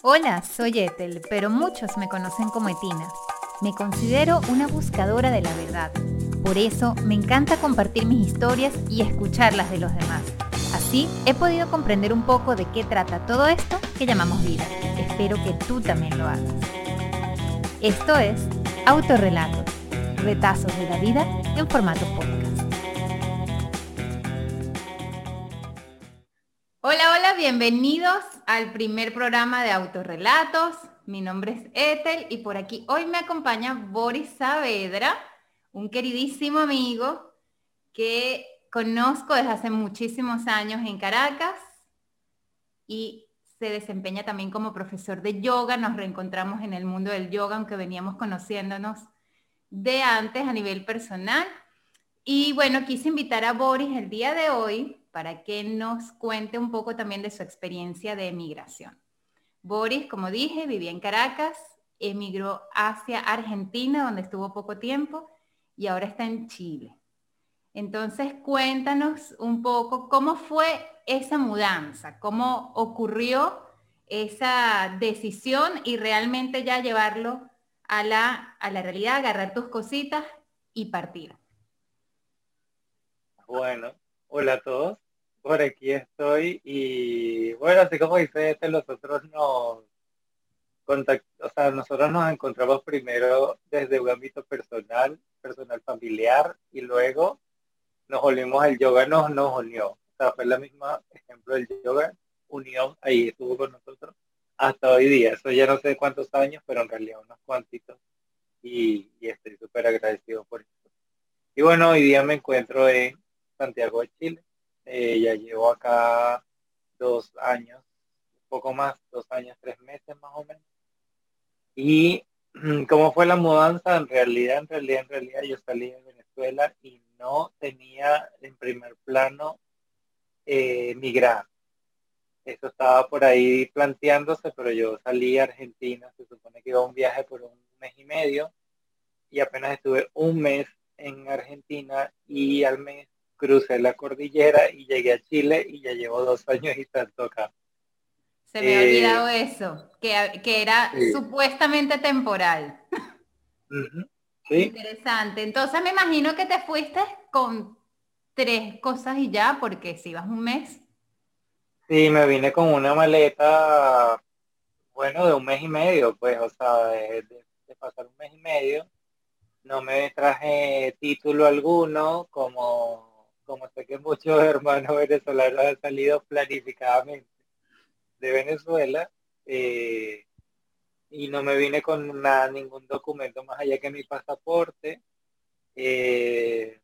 Hola, soy Ethel, pero muchos me conocen como Etina. Me considero una buscadora de la verdad. Por eso me encanta compartir mis historias y escuchar las de los demás. Así he podido comprender un poco de qué trata todo esto que llamamos vida. Espero que tú también lo hagas. Esto es Autorrelatos, retazos de la vida en formato podcast. Hola, bienvenidos al primer programa de Autorrelatos. Mi nombre es Ethel y por aquí hoy me acompaña Boris Saavedra, un queridísimo amigo que conozco desde hace muchísimos años en Caracas y se desempeña también como profesor de yoga. Nos reencontramos en el mundo del yoga, aunque veníamos conociéndonos de antes a nivel personal. Y bueno, quise invitar a Boris el día de hoy para que nos cuente un poco también de su experiencia de emigración. Boris, como dije, vivía en Caracas, emigró hacia Argentina, donde estuvo poco tiempo, y ahora está en Chile. Entonces, cuéntanos un poco cómo fue esa mudanza, cómo ocurrió esa decisión y realmente ya llevarlo a la realidad, agarrar tus cositas y partir. Bueno, hola a todos. Por aquí estoy y bueno, así como dice nosotros nosotros nos encontramos primero desde un ámbito personal familiar y luego nos unimos, el yoga nos unió. O sea, fue la misma ejemplo del yoga, unión, ahí estuvo con nosotros hasta hoy día. Eso ya no sé cuántos años, pero en realidad unos cuantitos y estoy súper agradecido por eso. Y bueno, hoy día me encuentro en Santiago de Chile. Ya llevo acá 2 años, un poco más, 2 años, 3 meses más o menos. Y cómo fue la mudanza, en realidad, yo salí de Venezuela y no tenía en primer plano migrar. Eso estaba por ahí planteándose, pero yo salí a Argentina, se supone que iba a un viaje por 1 mes y medio, y apenas estuve 1 mes en Argentina y al mes crucé la cordillera y llegué a Chile y ya llevo 2 años y tanto acá. Se me ha olvidado Eh, eso, que era sí, supuestamente temporal. ujú, sí, Interesante. Entonces me imagino que te fuiste con tres cosas y ya, porque si vas un mes. sí, me vine con una maleta, bueno, de 1 mes y medio, pues, o sea, de pasar 1 mes y medio. No me traje título alguno, como sé que muchos hermanos venezolanos han salido planificadamente de Venezuela, eh, y no me vine con nada, ningún documento más allá que mi pasaporte, eh,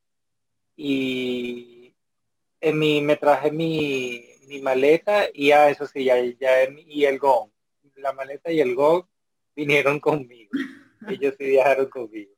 y me traje mi maleta y eso sí, y el GON. La maleta y el GON vinieron conmigo. Ellos sí viajaron conmigo.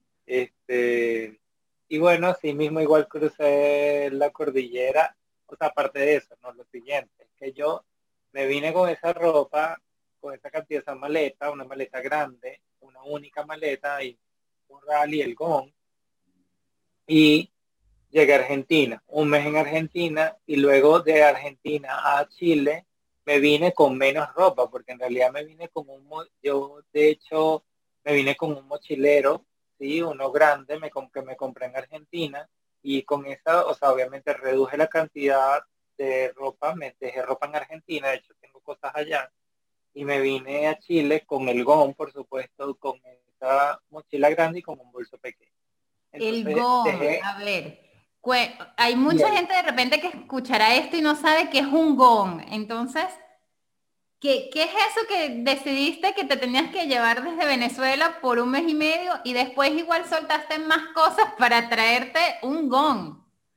Y bueno, así mismo igual crucé la cordillera. O sea, aparte de eso, no, lo siguiente, es que yo me vine con esa ropa, con esa cantidad, esa maleta, una maleta grande, una única maleta y un rally y el GON, y llegué a Argentina, 1 mes en Argentina, y luego de Argentina a Chile me vine con menos ropa, porque en realidad me vine con yo de hecho me vine con un mochilero, sí, uno grande, que me compré en Argentina, y con esa, o sea, obviamente reduje la cantidad de ropa, me dejé ropa en Argentina, de hecho tengo cosas allá, y me vine a Chile con el GON, por supuesto, con esa mochila grande y con un bolso pequeño. El Entonces gong, dejé, a ver, hay y mucha el gente de repente que escuchará esto y no sabe qué es un gong. Entonces, ¿qué es eso que decidiste que te tenías que llevar desde Venezuela por un mes y medio y después igual soltaste más cosas para traerte un gong?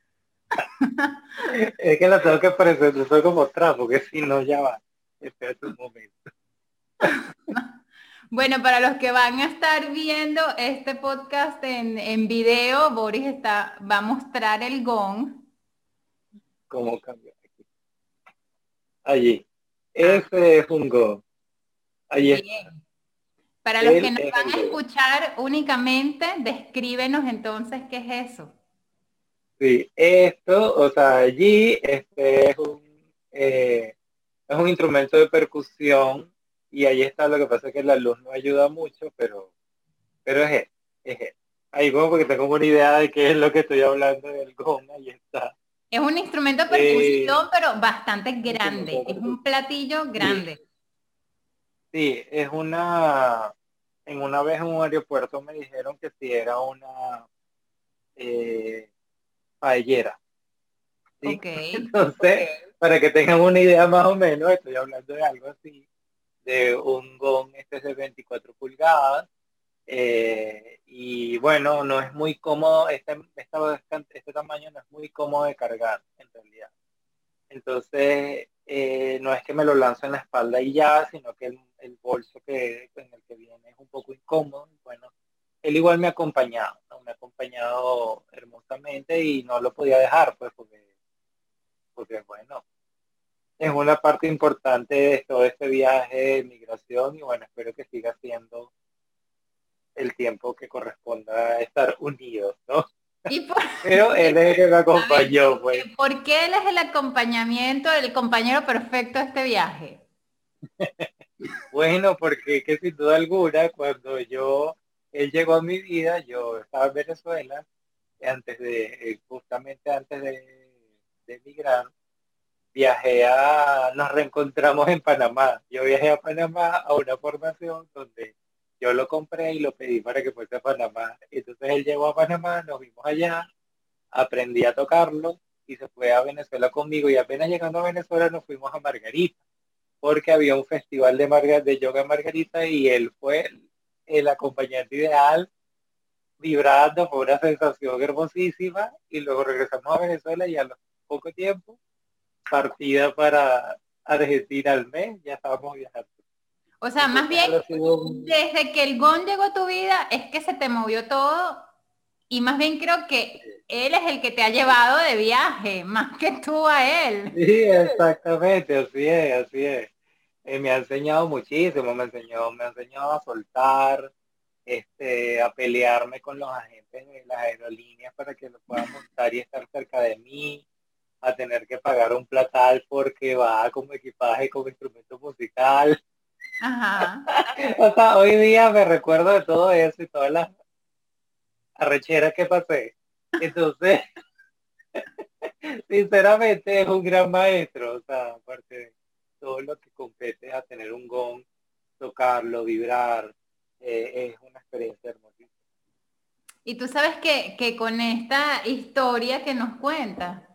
Es que la tengo que presentar, soy como trapo, porque si no ya va. Espérate un momento. Bueno, para los que van a estar viendo este podcast en video, Boris va a mostrar el gong. ¿Cómo cambió aquí? Allí. Ah, Ese es un go. Allí está. bien. Para los que Él nos es van el a go. escuchar únicamente, descríbenos entonces qué es eso. Sí, esto, o sea, allí es un instrumento de percusión y ahí está. Lo que pasa es que la luz no ayuda mucho, pero es él, es él. Ahí como porque tengo una idea de qué es lo que estoy hablando del gong, ahí está. Es un instrumento de Eh, percusión, pero bastante un instrumento grande. de Es un percusión. platillo Sí, grande. sí, en una vez en un aeropuerto me dijeron que si era una eh, paellera, ¿sí? Ok. Entonces, para que tengan una idea más o menos, estoy hablando de algo así, de un gong este es de 24 pulgadas, y bueno, no es muy cómodo, este tamaño no es muy cómodo de cargar en realidad. Entonces, no es que me lo lanzo en la espalda y ya, sino que el bolso en el que viene es un poco incómodo. Bueno, él igual me ha acompañado, ¿no? Me ha acompañado hermosamente y no lo podía dejar, pues, porque bueno, es una parte importante de todo este viaje de migración y bueno, espero que siga siendo el tiempo que corresponda a estar unidos, ¿no? Y por, Pero él es el que me a ver, acompañó, pues. ¿por qué él es el acompañamiento, el compañero perfecto de este viaje? Bueno, porque que sin duda alguna, él llegó a mi vida, yo estaba en Venezuela, justamente antes de emigrar, nos reencontramos en Panamá. Yo viajé a Panamá a una formación donde yo lo compré y lo pedí para que fuese a Panamá. Entonces él llegó a Panamá, nos vimos allá, aprendí a tocarlo y se fue a Venezuela conmigo y apenas llegando a Venezuela nos fuimos a Margarita porque había un festival de yoga en Margarita y él fue el acompañante ideal, vibrando, fue una sensación hermosísima y luego regresamos a Venezuela y a los poco tiempo partida para Argentina al mes, ya estábamos viajando. O sea, más Entonces bien, él ha sido desde que el GON llegó a tu vida, es que se te movió todo y más bien creo que él es el que te ha llevado de viaje, más que tú a él. sí, exactamente, así es, así es. Me ha enseñado muchísimo, me ha enseñado a soltar, a pelearme con los agentes de las aerolíneas para que lo puedan montar y estar cerca de mí, a tener que pagar un platal porque va como equipaje, como instrumento musical. Ajá. O sea, hoy día me recuerdo de todo eso y todas las arrecheras que pasé. Entonces, sinceramente es un gran maestro, o sea, aparte de todo lo que compete a tener un gong, tocarlo, vibrar, es una experiencia hermosísima. Y tú sabes que con esta historia que nos cuentas,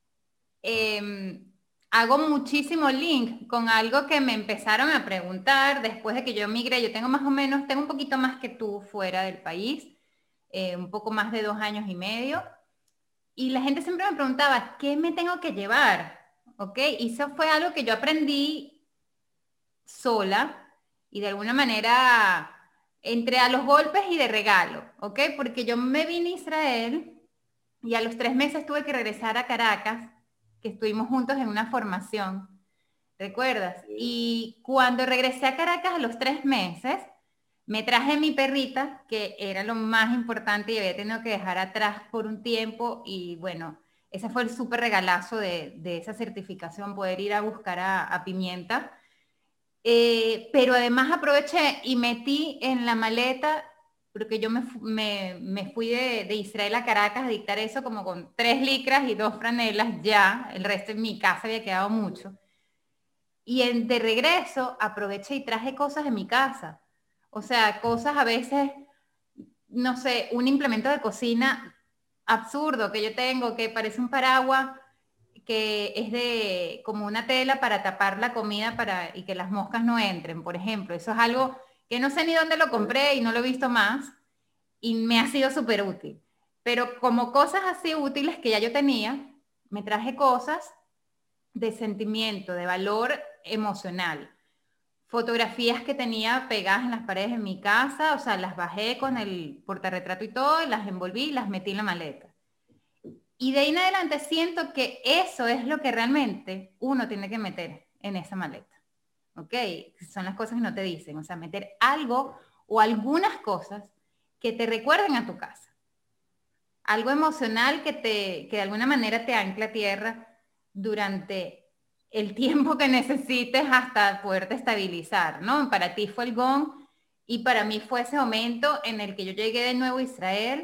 hago muchísimo link con algo que me empezaron a preguntar después de que yo migré. Yo tengo más o menos, tengo un poquito más que tú fuera del país, un poco más de 2 años y medio. Y la gente siempre me preguntaba, ¿qué me tengo que llevar? ¿Ok? Y eso fue algo que yo aprendí sola y de alguna manera entre a los golpes y de regalo, ¿ok? Porque yo me vine a Israel y a los 3 meses tuve que regresar a Caracas, que estuvimos juntos en una formación, ¿recuerdas? Y cuando regresé a Caracas a los 3 meses, me traje mi perrita, que era lo más importante y había tenido que dejar atrás por un tiempo y bueno, ese fue el súper regalazo de esa certificación, poder ir a buscar a Pimienta. Pero además aproveché y metí en la maleta, porque yo me fui de Israel a Caracas a dictar eso como con 3 licras y 2 franelas ya, el resto en mi casa había quedado mucho. Y de regreso aproveché y traje cosas de mi casa. O sea, cosas a veces, no sé, un implemento de cocina absurdo que yo tengo, que parece un paraguas, que es de como una tela para tapar la comida y que las moscas no entren, por ejemplo. Eso es algo que no sé ni dónde lo compré y no lo he visto más y me ha sido súper útil. Pero como cosas así útiles que ya yo tenía, me traje cosas de sentimiento, de valor emocional. Fotografías que tenía pegadas en las paredes de mi casa, o sea, las bajé con el portarretrato y todo, y las envolví y las metí en la maleta. Y de ahí en adelante siento que eso es lo que realmente uno tiene que meter en esa maleta. ¿Ok? Son las cosas que no te dicen. O sea, meter algo o algunas cosas que te recuerden a tu casa. Algo emocional que de alguna manera te ancla a tierra durante el tiempo que necesites hasta poderte estabilizar, ¿no? Para ti fue el gong y para mí fue ese momento en el que yo llegué de nuevo a Israel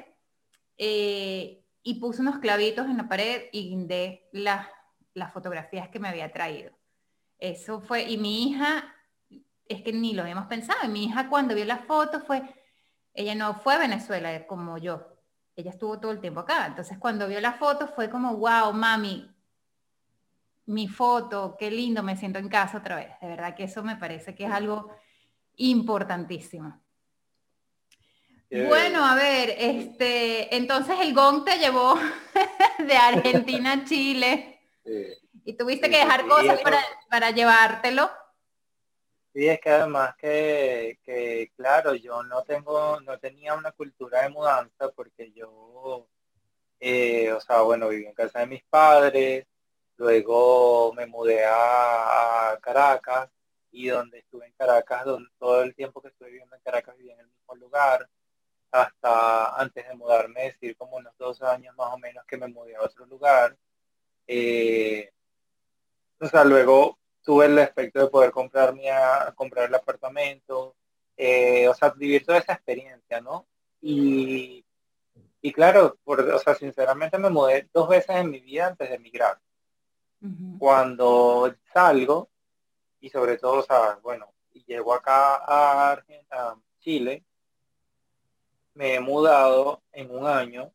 y puse unos clavitos en la pared y guindé las fotografías que me había traído. Eso fue, y mi hija, es que ni lo habíamos pensado, mi hija cuando vio la foto ella no fue a Venezuela como yo, ella estuvo todo el tiempo acá, entonces cuando vio la foto fue como, wow, mami, mi foto, qué lindo, me siento en casa otra vez. De verdad que eso me parece que es algo importantísimo. Bueno, Que, a ver, entonces el gong te llevó de Argentina a Chile sí, y tuviste que sí, sí, dejar sí. Y cosas eso, para llevártelo. sí, es que además claro, yo no tenía una cultura de mudanza porque yo, o sea, bueno, viví en casa de mis padres, luego me mudé a Caracas y donde estuve en Caracas, todo el tiempo que estuve viviendo en Caracas viví en el mismo lugar, hasta antes de mudarme, decir como unos 2 años más o menos que me mudé a otro lugar. Eh, o sea, luego tuve el aspecto de poder comprar el apartamento, o sea, vivir toda esa experiencia, ¿no? Y, y claro, o sea, sinceramente me mudé 2 veces en mi vida antes de emigrar. Uh -huh. Cuando salgo, y sobre todo, o sea, bueno, y llego acá a Chile, me he mudado en un año,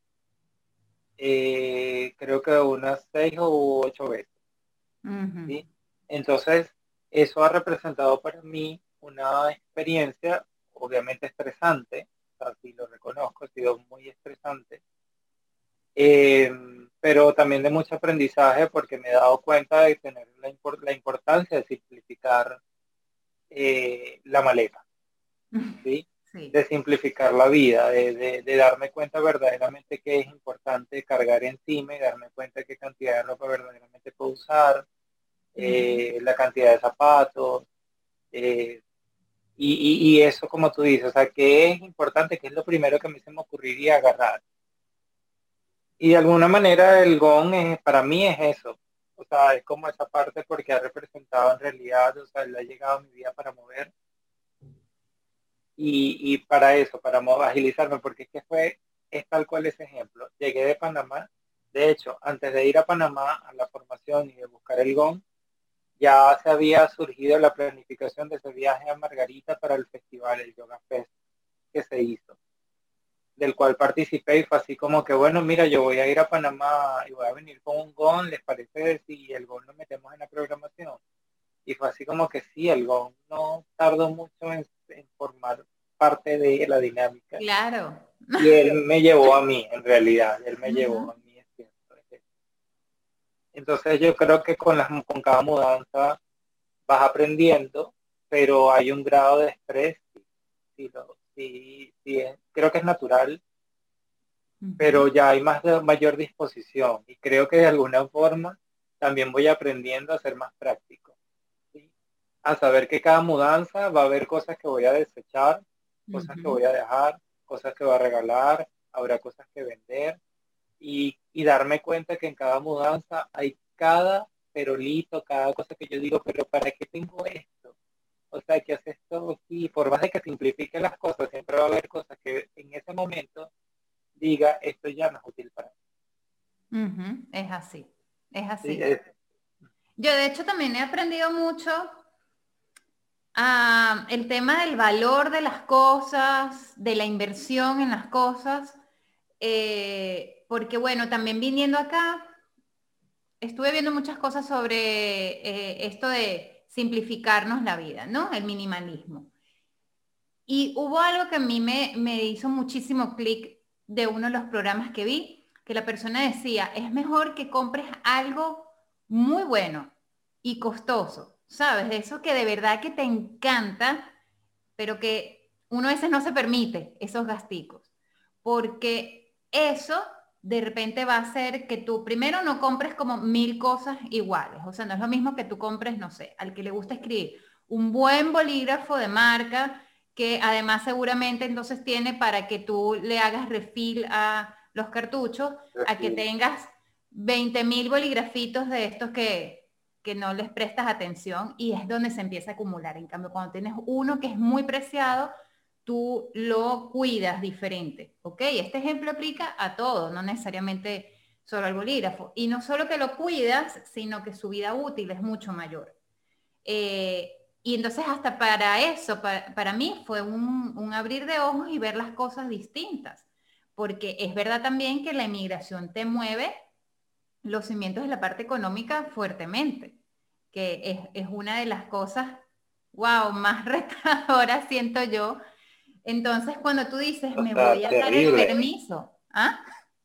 creo que unas 6 u 8 veces. Uh -huh. ¿Sí? Entonces, eso ha representado para mí una experiencia obviamente estresante, o sea, sí lo reconozco, ha sido muy estresante, eh, pero también de mucho aprendizaje porque me he dado cuenta de tener la importancia de simplificar la maleta, ¿sí? Sí. De simplificar la vida, de darme cuenta verdaderamente que es importante cargar encima y darme cuenta qué cantidad de ropa verdaderamente puedo usar, Uh -huh. la cantidad de zapatos, eh, y eso como tú dices, o sea, que es importante, que es lo primero que a mí se me ocurriría agarrar. Y de alguna manera el gong para mí es eso, o sea, es como esa parte porque ha representado en realidad, o sea, él ha llegado a mi vida para mover y para eso, para agilizarme, porque es que es tal cual ese ejemplo. Llegué de Panamá, de hecho, antes de ir a Panamá a la formación y de buscar el gong, ya se había surgido la planificación de ese viaje a Margarita para el festival, el Yoga Fest que se hizo, del cual participé y fue así como que, bueno, mira, yo voy a ir a Panamá y voy a venir con un GON, ¿les parece si el GON lo metemos en la programación? Y fue así como que sí, el GON no tardó mucho en formar parte de la dinámica. Claro. Y él me llevó a mí, en realidad, él me Uh llevó -huh. a mí. Es cierto. Entonces yo creo que con cada mudanza vas aprendiendo, pero hay un grado de estrés, sí, creo que es natural, Uh -huh. pero ya hay mayor disposición y creo que de alguna forma también voy aprendiendo a ser más práctico, ¿sí? A saber que cada mudanza va a haber cosas que voy a desechar, Uh cosas que -huh. voy a dejar, cosas que voy a regalar, habrá cosas que vender y darme cuenta que en cada mudanza hay cada perolito, cada cosa que yo digo, pero ¿para qué tengo esto? O sea, que haces todo aquí, por más de que simplifique las cosas, siempre va a haber cosas que en ese momento diga, esto ya no es útil para mí. Uh -huh. Es así, es Sí, así. Yo de hecho también he aprendido mucho el tema del valor de las cosas, de la inversión en las cosas, porque bueno, también viniendo acá, estuve viendo muchas cosas sobre esto de simplificarnos la vida, ¿no? El minimalismo. Y hubo algo que a mí me hizo muchísimo clic de uno de los programas que vi, que la persona decía, es mejor que compres algo muy bueno y costoso, ¿sabes? De eso que de verdad que te encanta, pero que uno a veces no se permite esos gasticos, porque eso de repente va a hacer que tú primero no compres como 1000 cosas iguales, o sea, no es lo mismo que tú compres, no sé, al que le gusta escribir, un buen bolígrafo de marca que además seguramente entonces tiene para que tú le hagas refill a los cartuchos, a que sí, tengas 20.000 bolígrafitos de estos que que no les prestas atención y es donde se empieza a acumular. En cambio, cuando tienes uno que es muy preciado, tú lo cuidas diferente, ¿ok? Este ejemplo aplica a todo, no necesariamente solo al bolígrafo. Y no solo que lo cuidas, sino que su vida útil es mucho mayor. Y entonces hasta para eso, para mí fue un abrir de ojos y ver las cosas distintas, porque es verdad también que la inmigración te mueve los cimientos de la parte económica fuertemente, que es una de las cosas, wow, más retadoras siento yo. Entonces, cuando tú dices, O me sea, voy a dar el terrible, permiso, ¿ah?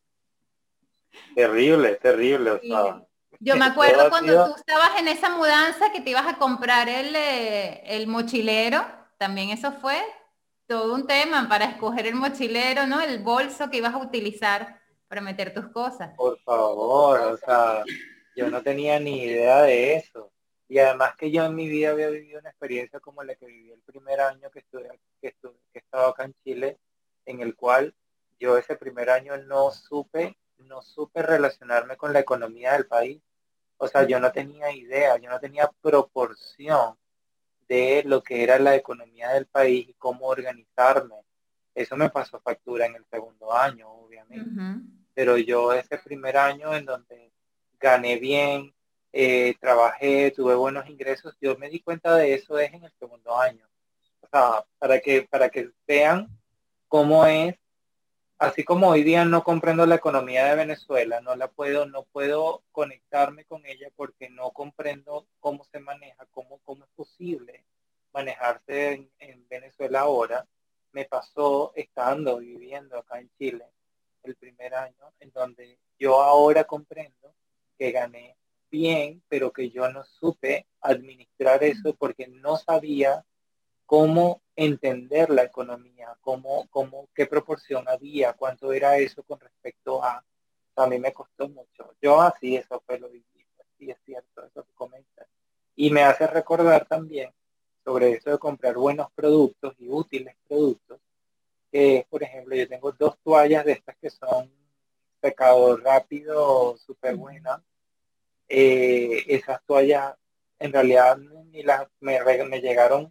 terrible, terrible, o sea, Sí. Yo me todo acuerdo ha cuando sido, tú estabas en esa mudanza que te ibas a comprar el mochilero, también eso fue todo un tema para escoger el mochilero, ¿no? El bolso que ibas a utilizar para meter tus cosas. por favor, o sea, yo no tenía ni idea de eso. Y además que yo en mi vida había vivido una experiencia como la que viví el primer año que estaba acá en Chile, en el cual yo ese primer año no supe relacionarme con la economía del país. O sea, yo no tenía idea, yo no tenía proporción de lo que era la economía del país y cómo organizarme. Eso me pasó factura en el segundo año, obviamente. Ujú. Pero yo ese primer año en donde gané bien, trabajé, tuve buenos ingresos, yo me di cuenta de eso es en el segundo año. O sea, para que vean cómo es, así como hoy día no comprendo la economía de Venezuela, no puedo conectarme con ella porque no comprendo cómo se maneja, cómo es posible manejarse en Venezuela ahora. Me pasó estando viviendo acá en Chile el primer año, en donde yo ahora comprendo que gané bien, pero que yo no supe administrar eso porque no sabía cómo entender la economía, qué proporción había, cuánto era eso con respecto a mí me costó mucho. Yo así, eso fue lo viví, sí es cierto, eso que comentas. Y me hace recordar también sobre eso de comprar buenos productos y útiles productos, que es, por ejemplo, yo tengo dos toallas de estas que son secador rápido, súper buenas. Esas toallas en realidad ni las me llegaron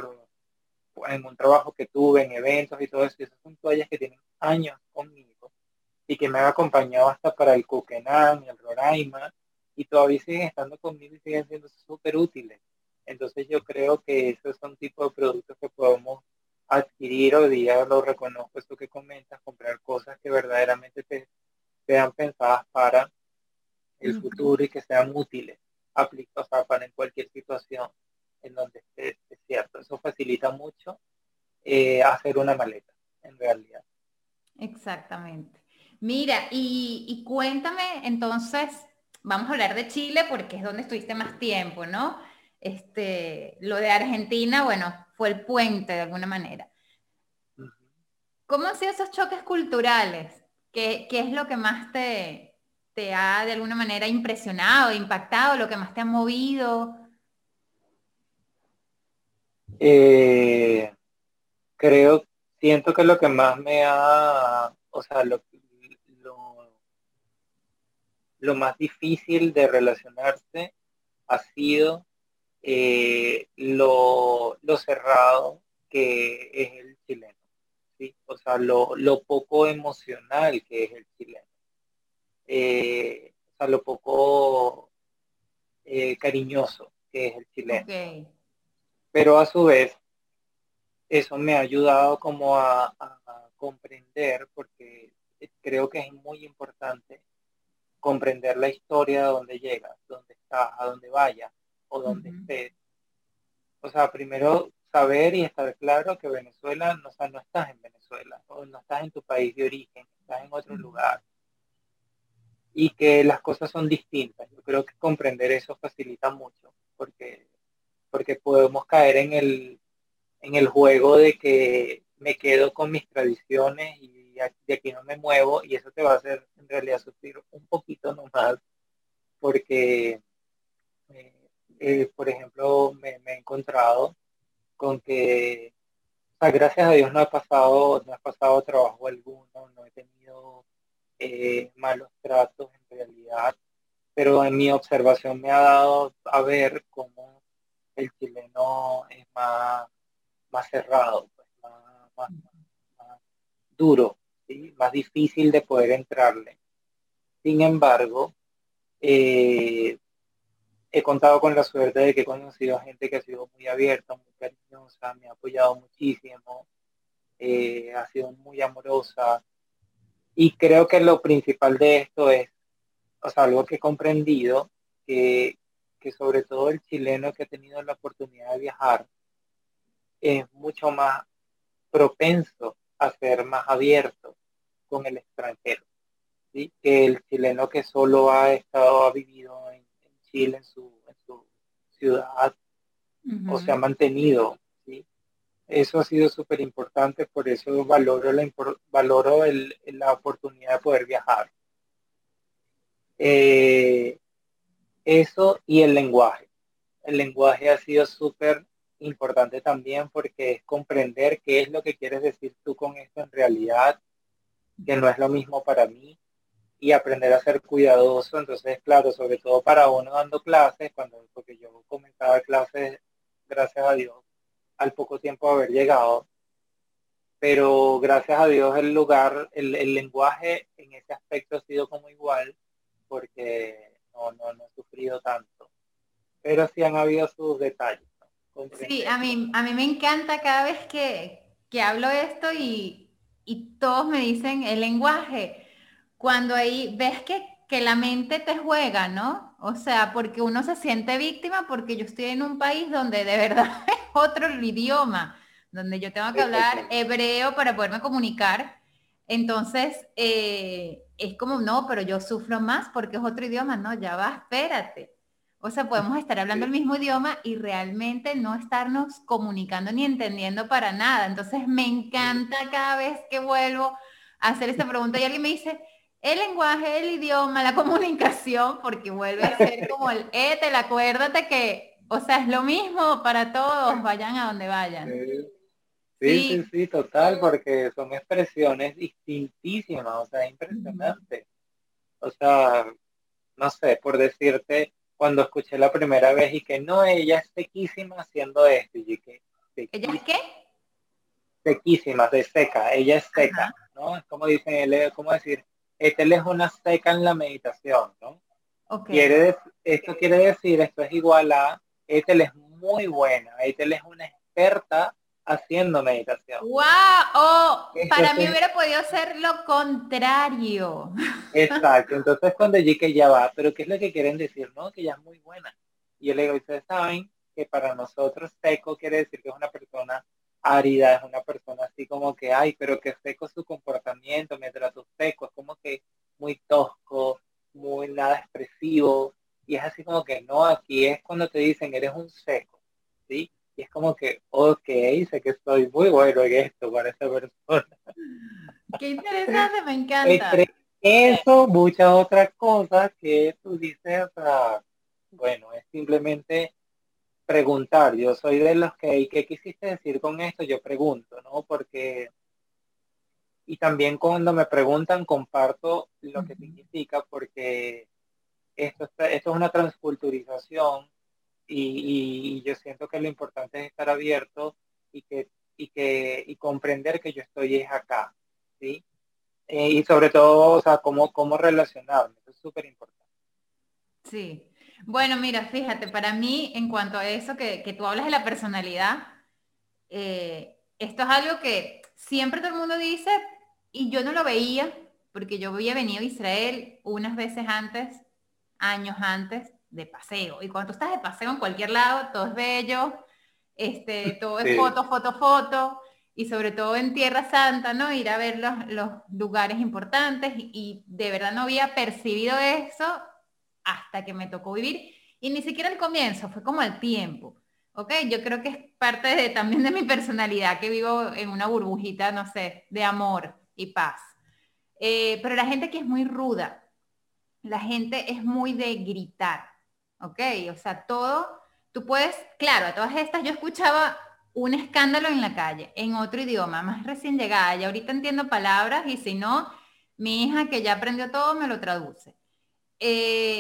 en un trabajo que tuve, en eventos y todo eso. Y esas son toallas que tienen años conmigo y que me han acompañado hasta para el Cuquenán, el Roraima, y todavía siguen estando conmigo y siguen siendo súper útiles. Entonces yo creo que esos son tipos de productos que podemos adquirir hoy día, lo reconozco, esto que comentas, comprar cosas que verdaderamente sean pensadas para el Ujú. futuro y que sean útiles, aplicados, o sea, para en cualquier situación en donde esté, es cierto. Eso facilita mucho hacer una maleta, en realidad. Exactamente. Mira, y cuéntame, entonces, vamos a hablar de Chile porque es donde estuviste más tiempo, ¿no? Lo de Argentina, bueno, fue el puente de alguna manera. Uh-huh. ¿Cómo han sido esos choques culturales? ¿Qué es lo que más te ha de alguna manera impresionado, impactado, lo que más te ha movido? Eh, creo, siento que lo que más o sea, lo, lo más difícil de relacionarse ha sido lo cerrado que es el chileno, ¿sí? O sea, lo poco emocional que es el chileno, o sea, lo poco cariñoso que es el chileno. Ok. Pero a su vez, eso me ha ayudado como a comprender, porque creo que es muy importante comprender la historia de dónde llegas, dónde estás, a dónde vayas o dónde Ujú, estés. O sea, primero saber y estar claro que Venezuela, no, o sea, no estás en Venezuela, o no estás en tu país de origen, estás en otro ujú. lugar y que las cosas son distintas. Yo creo que comprender eso facilita mucho, porque podemos caer en el juego de que me quedo con mis tradiciones y de aquí no me muevo y eso te va a hacer en realidad sufrir un poquito nomás porque, por ejemplo, me he encontrado con que, o sea, gracias a Dios no he pasado trabajo alguno, no he tenido malos tratos en realidad, pero en mi observación me ha dado a ver cómo el chileno es más cerrado, pues, más duro, ¿sí? Más difícil de poder entrarle. Sin embargo, eh, he contado con la suerte de que he conocido a gente que ha sido muy abierta, muy cariñosa, me ha apoyado muchísimo, ha sido muy amorosa. Y creo que lo principal de esto es, o sea, algo que he comprendido, que, que sobre todo el chileno que ha tenido la oportunidad de viajar es mucho más propenso a ser más abierto con el extranjero, ¿sí? Que el chileno que solo ha vivido en Chile, en su ciudad, o se ha Ujú. mantenido, ¿sí? Eso ha sido súper importante, por eso valoro la oportunidad de poder viajar. Eh, Eso y el lenguaje. El lenguaje ha sido súper importante también porque es comprender qué es lo que quieres decir tú con esto en realidad, que no es lo mismo para mí, y aprender a ser cuidadoso. Entonces, claro, sobre todo para uno dando clases, porque yo comenzaba clases, gracias a Dios, al poco tiempo de haber llegado, pero gracias a Dios el lugar, el lenguaje en ese aspecto ha sido como igual, porque no he sufrido tanto, pero sí han habido sus detalles, ¿no? Sí, Comprender. a mí me encanta cada vez que hablo esto y todos me dicen el lenguaje. Cuando ahí ves que la mente te juega, ¿no? O sea, porque uno se siente víctima porque yo estoy en un país donde de verdad es otro el idioma, donde yo tengo que Sí, hablar total. hebreo para poderme comunicar. Entonces, es como, no, pero yo sufro más porque es otro idioma, no, ya va, espérate. O sea, podemos estar hablando el Sí, mismo idioma y realmente no estarnos comunicando ni entendiendo para nada. Entonces me encanta cada vez que vuelvo a hacer esta pregunta y alguien me dice, el lenguaje, el idioma, la comunicación, porque vuelve a ser como el étel, acuérdate que, o sea, es lo mismo para todos, vayan a donde vayan. sí, sí, sí, Sí. sí, total, porque son expresiones distintísimas, o sea, es Ujú. impresionante. O sea, no sé, por decirte, cuando escuché la primera vez y que no, ella es sequísima haciendo esto, y que ¿Ella es qué? sequísima, sequísima, de seca, ella es seca, Ajá, ¿no? Es como dicen, como decir, él es una seca en la meditación, ¿no? ok. Esto quiere decir, esto es igual a, Ethel es muy buena, Ethel es una experta haciendo meditación. ¡Wow! Oh, para mí Entonces, hubiera podido ser lo contrario. exacto, entonces cuando allí que ya va, pero ¿qué es lo que quieren decir? No, que ya es muy buena. Y yo le digo, ustedes saben que para nosotros seco quiere decir que es una persona árida, es una persona así como que, ay, pero que seco su comportamiento, me trató seco, es como que muy tosco, muy nada expresivo. Y es así como que no, aquí es cuando te dicen, eres un seco, ¿sí? Y es como que, ok, sé que soy muy bueno en esto para esa persona. Qué interesante, me Entre encanta. eso, muchas otras cosas que tú dices, o sea, bueno, es simplemente preguntar. Yo soy de los que, ¿y qué quisiste decir con esto? Yo pregunto, ¿no? Porque, y también cuando me preguntan, comparto lo que Ujú. significa, porque esto es una transculturización y yo siento que lo importante es estar abierto y y comprender que yo estoy es acá, ¿sí? Y sobre todo, o sea, cómo relacionarme, eso es súper importante. Sí. Bueno, mira, fíjate, para mí, en cuanto a eso que tú hablas de la personalidad, esto es algo que siempre todo el mundo dice y yo no lo veía porque yo había venido a Israel unas veces antes, años antes, de paseo. Y cuando tú estás de paseo en cualquier lado, todo es bello, todo es Sí, foto, foto, foto, y sobre todo en Tierra Santa, ¿no? Ir a ver los lugares importantes y de verdad no había percibido eso hasta que me tocó vivir. Y ni siquiera al comienzo, fue como al tiempo. ¿Ok? Yo creo que es parte también de mi personalidad, que vivo en una burbujita, no sé, de amor y paz. Pero la gente aquí es muy ruda, la gente es muy de gritar, ¿ok? O sea, todo, tú puedes, claro, a todas estas yo escuchaba un escándalo en la calle, en otro idioma, más recién llegada, y ahorita entiendo palabras y si no, mi hija que ya aprendió todo me lo traduce.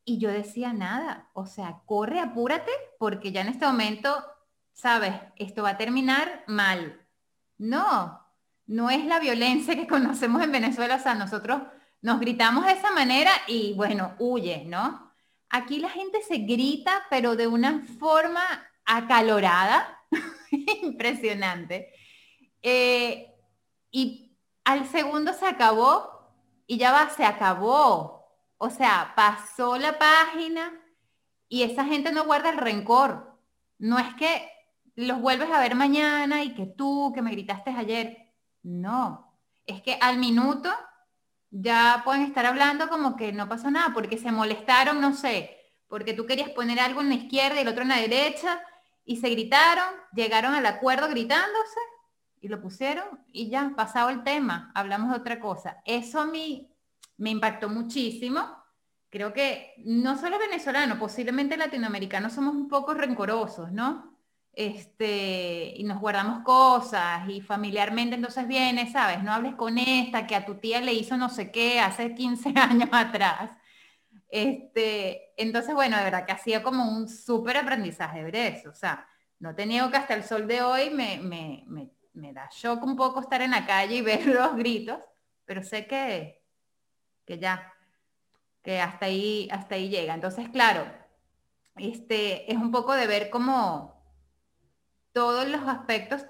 Y yo decía nada, o sea, corre, apúrate, porque ya en este momento, sabes, esto va a terminar mal. No, no es la violencia que conocemos en Venezuela, o sea, nosotros nos gritamos de esa manera y bueno, huye, ¿no? Aquí la gente se grita, pero de una forma acalorada, impresionante. Eh, y al segundo se acabó y ya va, se acabó. O sea, pasó la página y esa gente no guarda el rencor. No es que los vuelves a ver mañana y que tú, que me gritaste ayer. No, es que al minuto ya pueden estar hablando como que no pasó nada, porque se molestaron, no sé, porque tú querías poner algo en la izquierda y el otro en la derecha, y se gritaron, llegaron al acuerdo gritándose, y lo pusieron, y ya, pasado el tema, hablamos de otra cosa. Eso a mí me impactó muchísimo. Creo que no solo venezolanos, posiblemente latinoamericanos somos un poco rencorosos, ¿no? Y nos guardamos cosas y familiarmente entonces viene, ¿sabes? No hables con esta, que a tu tía le hizo no sé qué hace 15 años atrás. Entonces, bueno, de verdad que ha sido como un súper aprendizaje ver eso. O sea, no te niego que hasta el sol de hoy me da shock un poco estar en la calle y ver los gritos, pero sé que ya, que hasta ahí llega. Entonces, claro, es un poco de ver cómo todos los aspectos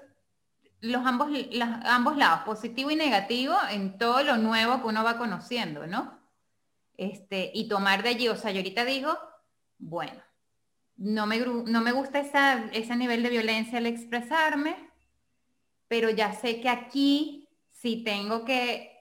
ambos lados, positivo y negativo, en todo lo nuevo que uno va conociendo, ¿no? Y tomar de allí, o sea, yo ahorita digo, bueno, no me gusta ese nivel de violencia al expresarme, pero ya sé que aquí si tengo que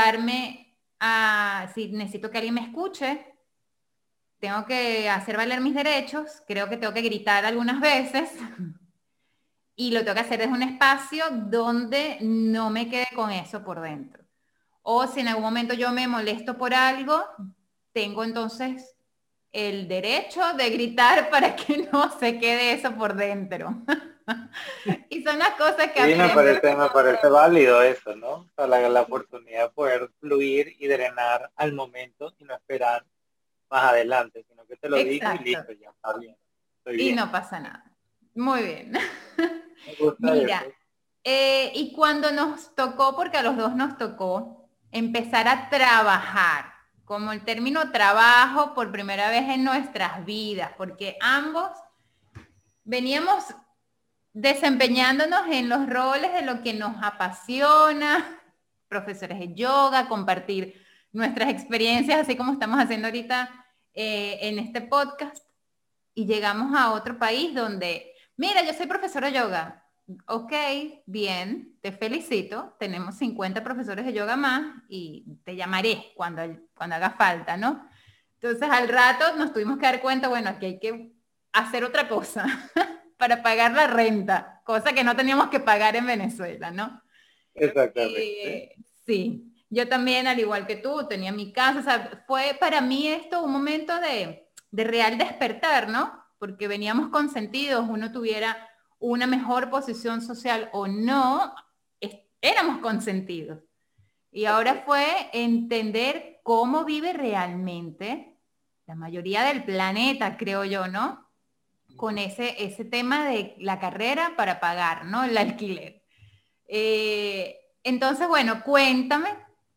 si necesito que alguien me escuche, tengo que hacer valer mis derechos, creo que tengo que gritar algunas veces, y lo tengo que hacer desde un espacio donde no me quede con eso por dentro. O si en algún momento yo me molesto por algo, tengo entonces el derecho de gritar para que no se quede eso por dentro. Y son las cosas que Sí, aprendo. me parece válido eso, ¿no? O sea, la oportunidad de poder fluir y drenar al momento y no esperar más adelante, sino que te lo digo y Exacto. listo, ya está bien, estoy Y bien. no pasa nada. Muy bien. Me gusta Mira, eso. y cuando nos tocó, porque a los dos nos tocó, empezar a trabajar, como el término trabajo por primera vez en nuestras vidas, porque ambos veníamos desempeñándonos en los roles de lo que nos apasiona, profesores de yoga, compartir nuestras experiencias, así como estamos haciendo ahorita en este podcast, y llegamos a otro país donde, mira, yo soy profesora de yoga. Ok, bien, te felicito. Tenemos 50 profesores de yoga más y te llamaré cuando haga falta, ¿no? Entonces al rato nos tuvimos que dar cuenta, bueno, aquí hay que hacer otra cosa para pagar la renta, cosa que no teníamos que pagar en Venezuela, ¿no? Exactamente. Eh, sí, yo también, al igual que tú, tenía mi casa, o sea, fue para mí esto un momento de real despertar, ¿no? Porque veníamos consentidos, uno tuviera una mejor posición social o no, éramos consentidos. Y ahora fue entender cómo vive realmente la mayoría del planeta, creo yo, ¿no? Con ese tema de la carrera para pagar, ¿no? El alquiler. Entonces, bueno, cuéntame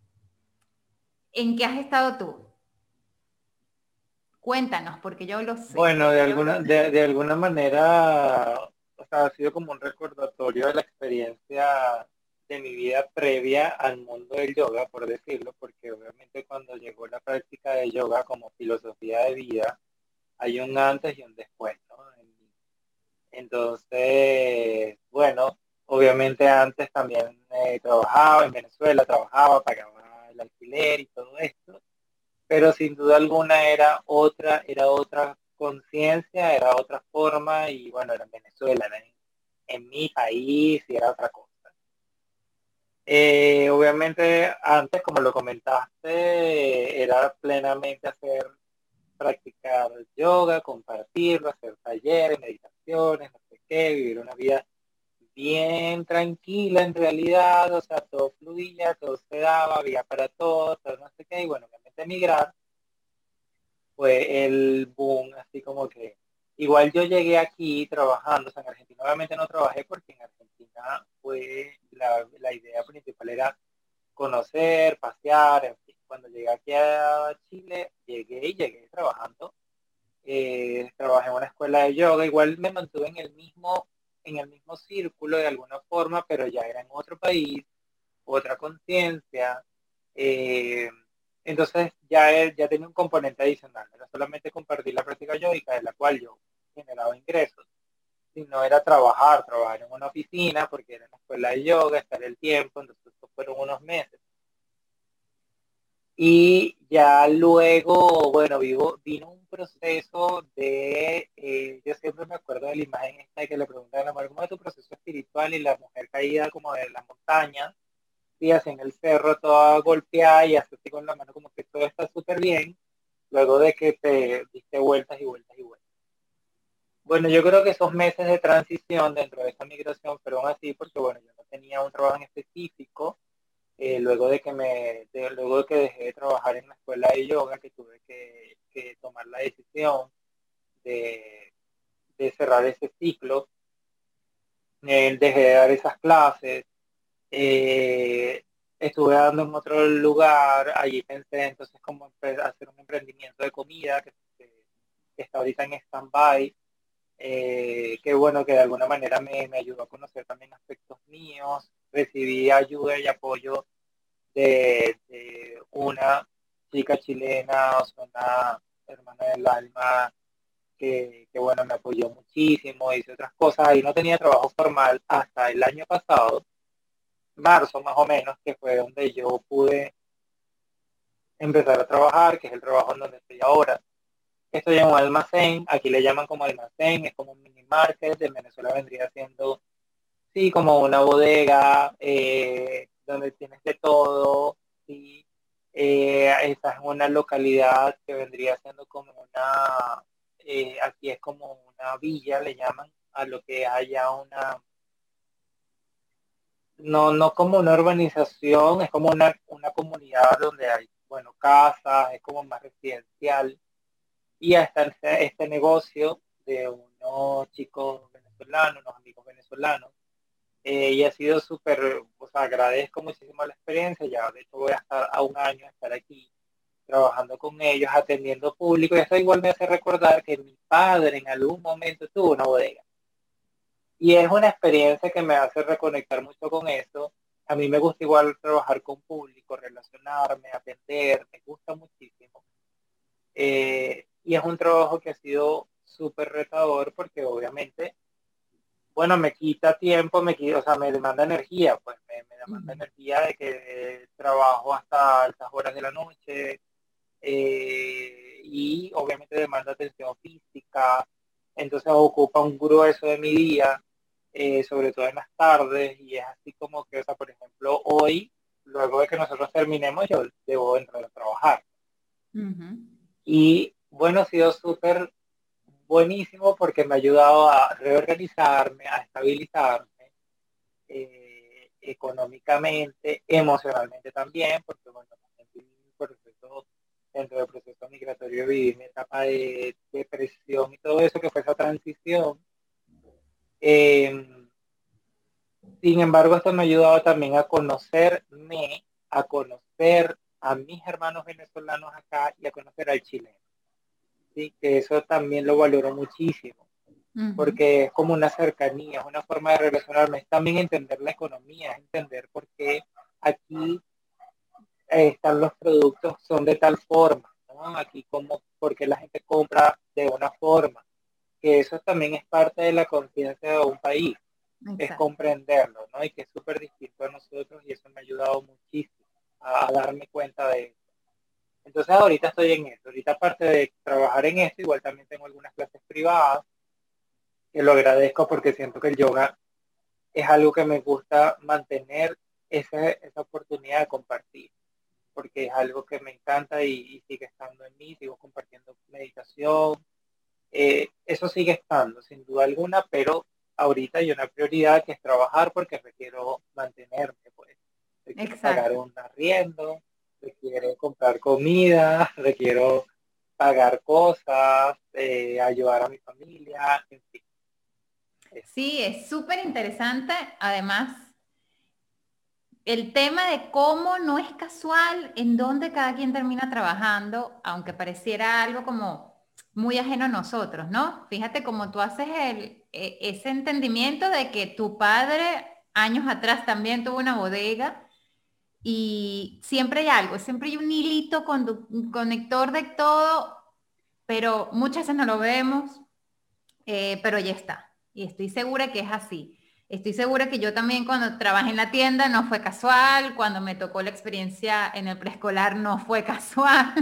en qué has estado tú. Cuéntanos, porque yo lo sé. Bueno, de alguna manera, o sea, ha sido como un recordatorio de la experiencia de mi vida previa al mundo del yoga, por decirlo, porque obviamente cuando llegó la práctica de yoga como filosofía de vida, hay un antes y un después, ¿no? Entonces, bueno, obviamente antes también trabajaba en Venezuela, trabajaba, pagaba el alquiler y todo esto, pero sin duda alguna era otra conciencia, era otra forma y bueno, era en Venezuela, era en mi país y era otra cosa. Obviamente antes, como lo comentaste, era plenamente practicar yoga, compartirlo, hacer talleres, meditaciones, no sé qué, vivir una vida bien tranquila en realidad, o sea, todo fluía, todo se daba, había para todos, todo no sé qué, y bueno, obviamente emigrar fue el boom, así como que igual yo llegué aquí trabajando, o sea, en Argentina obviamente no trabajé porque en Argentina fue la idea principal era conocer, pasear, en fin. Cuando llegué aquí a Chile, llegué trabajando. Trabajé en una escuela de yoga, igual me mantuve en el mismo círculo de alguna forma, pero ya era en otro país, otra conciencia. eh, entonces ya tenía un componente adicional, no era solamente compartir la práctica yoica, de la cual yo generaba ingresos, sino era trabajar en una oficina, porque era una escuela de yoga, estar el tiempo, entonces estos fueron unos meses. Y ya luego, bueno, vino un proceso yo siempre me acuerdo de la imagen esta de que le preguntan a la mujer, ¿cómo es tu proceso espiritual? Y la mujer caída como de la montaña, y así en el cerro toda golpeada y así con la mano como que todo está súper bien, luego de que te diste vueltas y vueltas y vueltas. Bueno, yo creo que esos meses de transición dentro de esta migración fueron así porque, bueno, yo no tenía un trabajo en específico, luego de que dejé de trabajar en la escuela de yoga, que tuve que tomar la decisión de, de cerrar ese ciclo, dejé de dar esas clases, eh, estuve dando en otro lugar, allí pensé entonces como hacer un emprendimiento de comida que está ahorita en stand-by, que bueno, que de alguna manera me ayudó a conocer también aspectos míos, recibí ayuda y apoyo de una chica chilena, o sea, una hermana del alma, que bueno, me apoyó muchísimo, hice otras cosas, y no tenía trabajo formal hasta el año pasado, marzo más o menos, que fue donde yo pude empezar a trabajar, que es el trabajo en donde estoy ahora. Estoy en un almacén, aquí le llaman como almacén, es como un mini market, en Venezuela vendría siendo, sí, como una bodega, donde tienes de todo, sí. Esta es una localidad que vendría siendo como aquí es como una villa, le llaman, a lo que haya no como una urbanización, es como una comunidad donde hay, bueno, casas, es como más residencial, y hasta este negocio de unos chicos venezolanos, unos amigos venezolanos, y ha sido súper, o sea, agradezco muchísimo la experiencia, ya de hecho voy a estar a un año, a estar aquí trabajando con ellos, atendiendo público, y eso igual me hace recordar que mi padre en algún momento tuvo una bodega. Y es una experiencia que me hace reconectar mucho con eso. A mí me gusta igual trabajar con público, relacionarme, atender, me gusta muchísimo. Y es un trabajo que ha sido súper retador porque obviamente, bueno, me quita tiempo, o sea, me demanda energía, pues me demanda Ujú. energía de que trabajo hasta altas horas de la noche, y obviamente demanda atención física, entonces ocupa un grueso de mi día, sobre todo en las tardes, y es así como que, o sea, por ejemplo, hoy, luego de que nosotros terminemos, yo debo entrar a trabajar. Ujú. Y bueno, ha sido súper buenísimo porque me ha ayudado a reorganizarme, a estabilizarme, económicamente, emocionalmente también, porque bueno, también viví un proceso, dentro del proceso migratorio viví mi etapa de depresión y todo eso, que fue esa transición. Eh, Sin embargo, esto me ha ayudado también a conocerme, a conocer a mis hermanos venezolanos acá y a conocer al chileno. ¿Sí? Que eso también lo valoro muchísimo, Ujú. porque es como una cercanía, es una forma de relacionarme, es también entender la economía, es entender por qué aquí están los productos, son de tal forma, ¿no? Aquí como, porque la gente compra de una forma, que eso también es parte de la conciencia de un país, es Exacto. comprenderlo, ¿no? Y que es súper distinto a nosotros y eso me ha ayudado muchísimo a darme cuenta de eso. Entonces ahorita estoy en esto, ahorita aparte de trabajar en esto, igual también tengo algunas clases privadas, que lo agradezco porque siento que el yoga es algo que me gusta mantener esa oportunidad de compartir, porque es algo que me encanta y sigue estando en mí, sigo compartiendo meditación, eso sigue estando sin duda alguna, pero ahorita hay una prioridad que es trabajar porque requiero mantenerme, pues, requiero pagar Exacto. un arriendo, requiero comprar comida, requiero pagar cosas, ayudar a mi familia, en fin. Sí, es súper interesante. Además, el tema de cómo no es casual en dónde cada quien termina trabajando, aunque pareciera algo como muy ajeno a nosotros, ¿no? Fíjate cómo tú haces ese entendimiento de que tu padre años atrás también tuvo una bodega y siempre hay algo, siempre hay un hilito conector de todo, pero muchas veces no lo vemos, pero ya está. Y estoy segura que es así. Estoy segura que yo también cuando trabajé en la tienda no fue casual, cuando me tocó la experiencia en el preescolar no fue casual.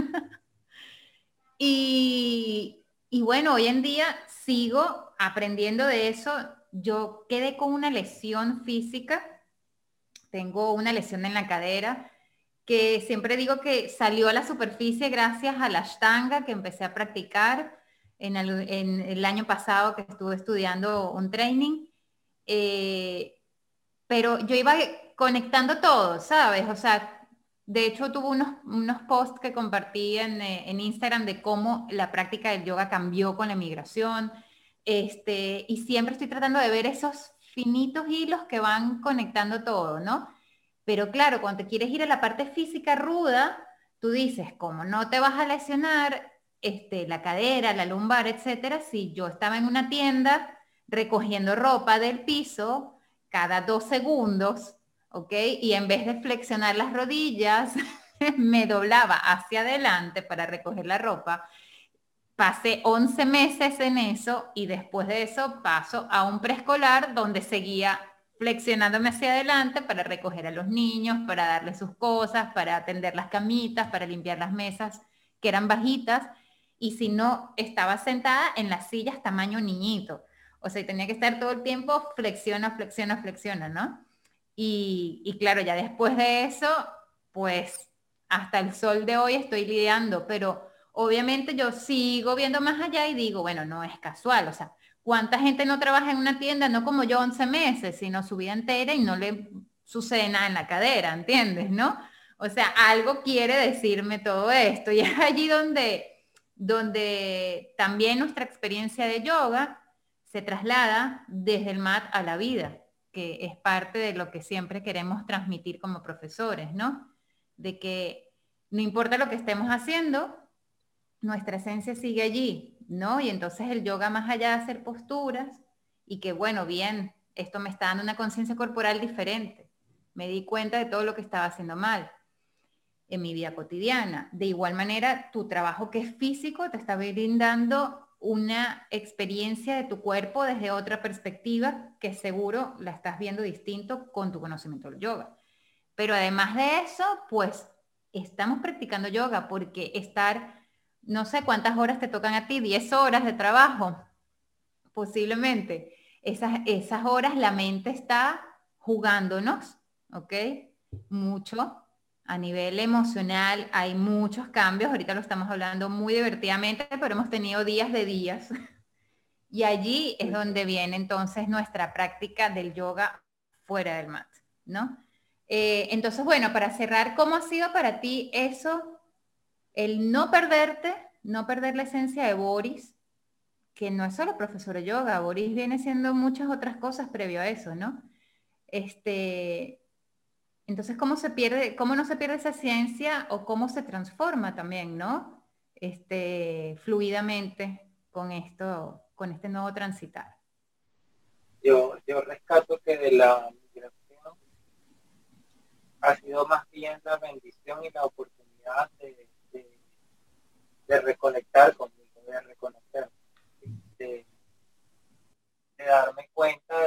Y bueno, hoy en día sigo aprendiendo de eso. Yo quedé con una lesión física, tengo una lesión en la cadera, que siempre digo que salió a la superficie gracias a la Ashtanga que empecé a practicar en el año pasado que estuve estudiando un training. Eh, pero yo iba conectando todo, ¿sabes? O sea, de hecho tuve unos posts que compartí en Instagram de cómo la práctica del yoga cambió con la migración. Y siempre estoy tratando de ver esos finitos hilos que van conectando todo, ¿no? Pero claro, cuando te quieres ir a la parte física ruda, tú dices, ¿cómo no te vas a lesionar la cadera, la lumbar, etcétera? Si yo estaba en una tienda recogiendo ropa del piso cada 2 segundos, ¿ok? Y en vez de flexionar las rodillas, me doblaba hacia adelante para recoger la ropa. Pasé 11 meses en eso y después de eso paso a un preescolar donde seguía flexionándome hacia adelante para recoger a los niños, para darles sus cosas, para atender las camitas, para limpiar las mesas que eran bajitas. Y si no, estaba sentada en las sillas tamaño niñito. O sea, tenía que estar todo el tiempo flexiona, flexiona, flexiona, ¿no? Y claro, ya después de eso, pues hasta el sol de hoy estoy lidiando, pero obviamente yo sigo viendo más allá y digo, bueno, no es casual, o sea, ¿cuánta gente no trabaja en una tienda, no como yo 11 meses, sino su vida entera y no le sucede nada en la cadera, ¿entiendes? ¿No? O sea, algo quiere decirme todo esto y es allí donde también nuestra experiencia de yoga se traslada desde el mat a la vida, que es parte de lo que siempre queremos transmitir como profesores, ¿no? De que no importa lo que estemos haciendo, nuestra esencia sigue allí, ¿no? Y entonces el yoga más allá de hacer posturas y que bueno, bien, esto me está dando una conciencia corporal diferente. Me di cuenta de todo lo que estaba haciendo mal en mi vida cotidiana. De igual manera, tu trabajo que es físico te está brindando una experiencia de tu cuerpo desde otra perspectiva que seguro la estás viendo distinto con tu conocimiento del yoga. Pero además de eso, pues estamos practicando yoga porque estar, no sé cuántas horas te tocan a ti, 10 horas de trabajo, posiblemente. Esas horas la mente está jugándonos, ¿ok? Mucho. A nivel emocional hay muchos cambios. Ahorita lo estamos hablando muy divertidamente, pero hemos tenido días de días. Y allí es donde viene entonces nuestra práctica del yoga fuera del mat, ¿no? Entonces, bueno, para cerrar, ¿cómo ha sido para ti eso, el no perderte, no perder la esencia de Boris, que no es solo profesor de yoga, Boris viene siendo muchas otras cosas previo a eso, ¿no? Entonces, ¿cómo se pierde, cómo no se pierde esa ciencia o cómo se transforma también, ¿no? Fluidamente con esto, con este nuevo transitar. Yo rescato que de la migración ha sido más bien la bendición y la oportunidad de reconectar conmigo, de reconocer, de, de darme cuenta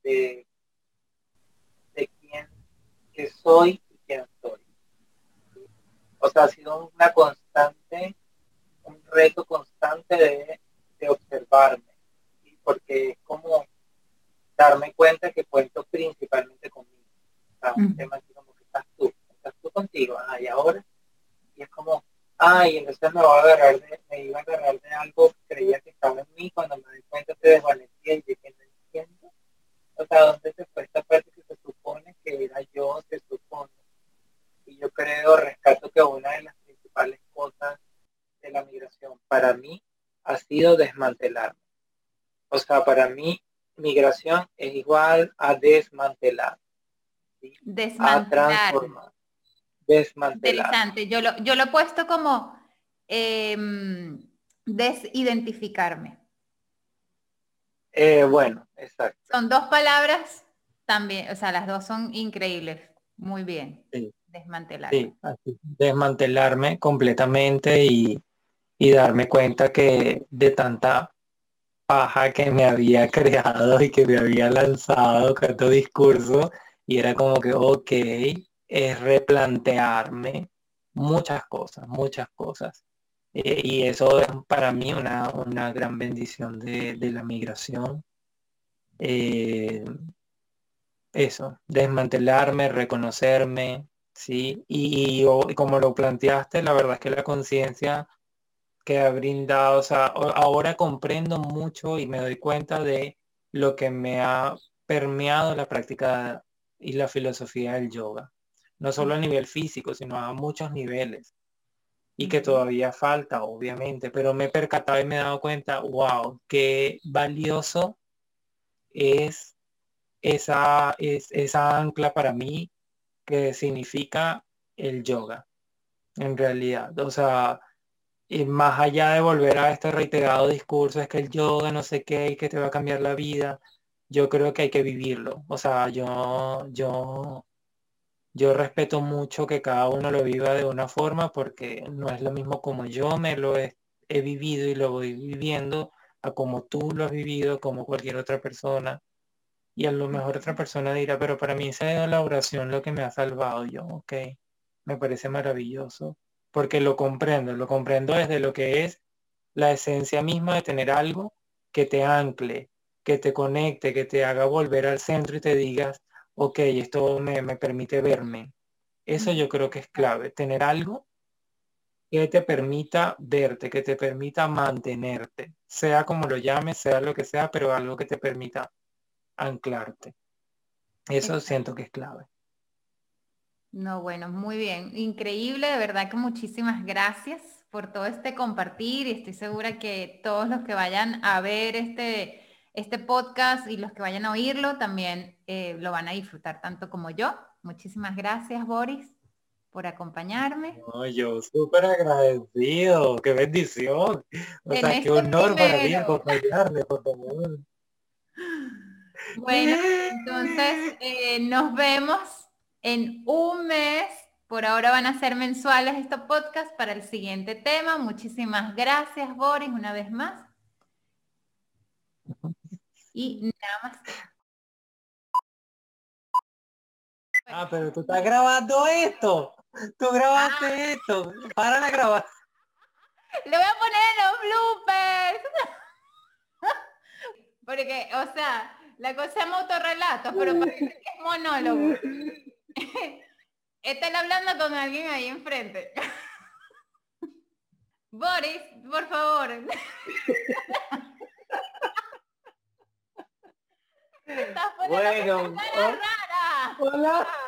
de quién que soy y quién soy. O sea, ha sido una constante, un reto constante de observarme, ¿sí? Porque es como darme cuenta que cuento principalmente conmigo. O sea, un tema así como que estás tú contigo, y ahora, y es como, entonces me iba a agarrar de algo que creía que estaba en mí, cuando me di cuenta se desvanecía y dije, no entiendo. O sea, ¿dónde se fue esta parte que se supone que era yo, se supone? Y yo rescato que una de las principales cosas de la migración sido desmantelar. O sea, para mí, migración es igual a desmantelar, ¿sí? A Desmantelar. transformar, desmantelar. Interesante. Yo lo he puesto como desidentificarme. Bueno, exacto. Son dos palabras también, o sea, las dos son increíbles. Muy bien. Sí, Desmantelarme. sí, así. Desmantelarme completamente y darme cuenta que de tanta paja que me había creado y que me había lanzado tanto discurso, y era como que, ok, es replantearme muchas cosas, muchas cosas. Y eso es para mí una gran bendición de la migración. Eh, Eso, desmantelarme, reconocerme, ¿sí? Y como lo planteaste, la verdad es que la conciencia que ha brindado, o sea, ahora comprendo mucho y me doy cuenta de lo que me ha permeado la práctica y la filosofía del yoga. No solo a nivel físico, sino a muchos niveles. Y que Ujú. todavía falta, obviamente, pero me he percatado y me he dado cuenta, wow, qué valioso es esa ancla para mí que significa el yoga, en realidad. O sea, y más allá de volver a este reiterado discurso, es que el yoga no sé qué y que te va a cambiar la vida, yo creo que hay que vivirlo. O sea, yo respeto mucho que cada uno lo viva de una forma porque no es lo mismo como yo me lo he vivido y lo voy viviendo a como tú lo has vivido, como cualquier otra persona. Y a lo mejor otra persona dirá, pero para mí esa es la oración lo que me ha salvado. Yo, ok, me parece maravilloso, porque lo comprendo desde lo que es la esencia misma de tener algo que te ancle, que te conecte, que te haga volver al centro y te digas, ok, esto me permite verme. Eso yo creo que es clave, tener algo que te permita verte, que te permita mantenerte, sea como lo llames, sea lo que sea, pero algo que te permita anclarte. Eso Exacto. siento que es clave. No, bueno, muy bien. Increíble, de verdad que muchísimas gracias por todo este compartir y estoy segura que todos los que vayan a ver este podcast y los que vayan a oírlo también lo van a disfrutar tanto como yo. Muchísimas gracias, Boris, por acompañarme No, yo súper agradecido, qué bendición. O en sea, qué este honor para mí primero. acompañarle, por favor. Bueno, entonces nos vemos en un mes. Por ahora van a ser mensuales estos podcasts para el siguiente tema. Muchísimas gracias, Boris, una vez más. Y nada más. Ah, pero tú estás grabando esto. Tú Ah, grabaste esto. Para la grabar. le voy a poner en los bloopers. Porque, o sea, la cosa es motorrelatos, pero parece que es monólogo. Están hablando con alguien ahí enfrente. Boris, por favor. Te estás poniendo muchas Bueno, caras raras. hola.